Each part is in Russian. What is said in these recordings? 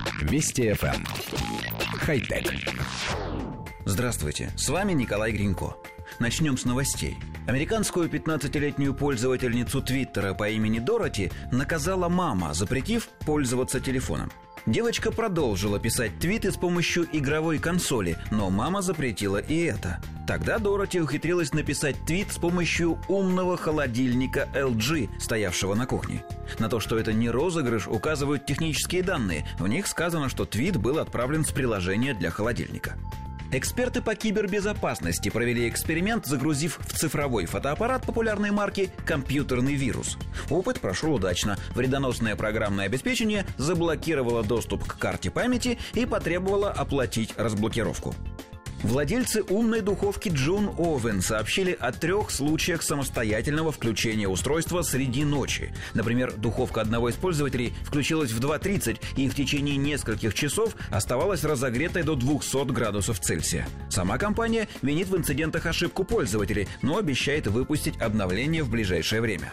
Вести ФМ. Хай-тек. Здравствуйте, с вами Николай Гринько. Начнем с новостей. Американскую 15-летнюю пользовательницу Твиттера по имени Дороти наказала мама, запретив пользоваться телефоном. Девочка продолжила писать твиты с помощью игровой консоли, но мама запретила и это. Тогда Дороти ухитрилась написать твит с помощью умного холодильника LG, стоявшего на кухне. На то, что это не розыгрыш, указывают технические данные. В них сказано, что твит был отправлен с приложения для холодильника. Эксперты по кибербезопасности провели эксперимент, загрузив в цифровой фотоаппарат популярной марки компьютерный вирус. Опыт прошел удачно. Вредоносное программное обеспечение заблокировало доступ к карте памяти и потребовало оплатить разблокировку. Владельцы умной духовки Джун Овен сообщили о 3 случаях самостоятельного включения устройства среди ночи. Например, духовка одного из пользователей включилась в 2:30 и в течение нескольких часов оставалась разогретой до 200 градусов Цельсия. Сама компания винит в инцидентах ошибку пользователей, но обещает выпустить обновление в ближайшее время.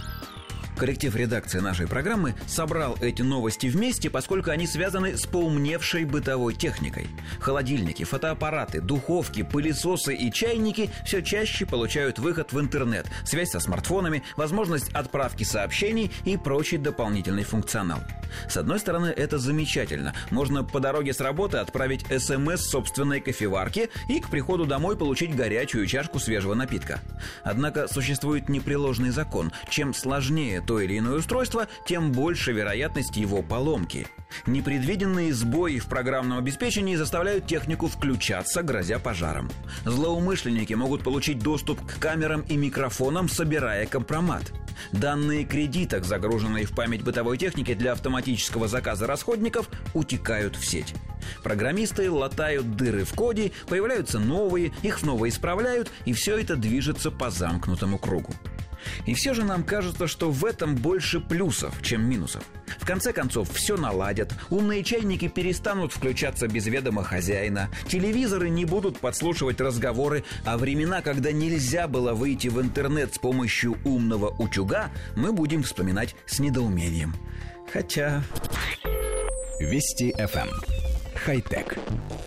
Коллектив редакции нашей программы собрал эти новости вместе, поскольку они связаны с поумневшей бытовой техникой. Холодильники, фотоаппараты, духовки, пылесосы и чайники все чаще получают выход в интернет, связь со смартфонами, возможность отправки сообщений и прочий дополнительный функционал. С одной стороны, это замечательно. Можно по дороге с работы отправить СМС собственной кофеварке и к приходу домой получить горячую чашку свежего напитка. Однако существует непреложный закон. Чем сложнее то или иное устройство, тем больше вероятность его поломки. Непредвиденные сбои в программном обеспечении заставляют технику включаться, грозя пожаром. Злоумышленники могут получить доступ к камерам и микрофонам, собирая компромат. Данные кредиток, загруженные в память бытовой техники для автоматического заказа расходников, утекают в сеть. Программисты латают дыры в коде, появляются новые, их снова исправляют, и все это движется по замкнутому кругу. И все же нам кажется, что в этом больше плюсов, чем минусов. В конце концов, все наладят, умные чайники перестанут включаться без ведома хозяина, телевизоры не будут подслушивать разговоры, а времена, когда нельзя было выйти в интернет с помощью умного утюга, мы будем вспоминать с недоумением. Хотя... Вести ФМ. Хай-тек.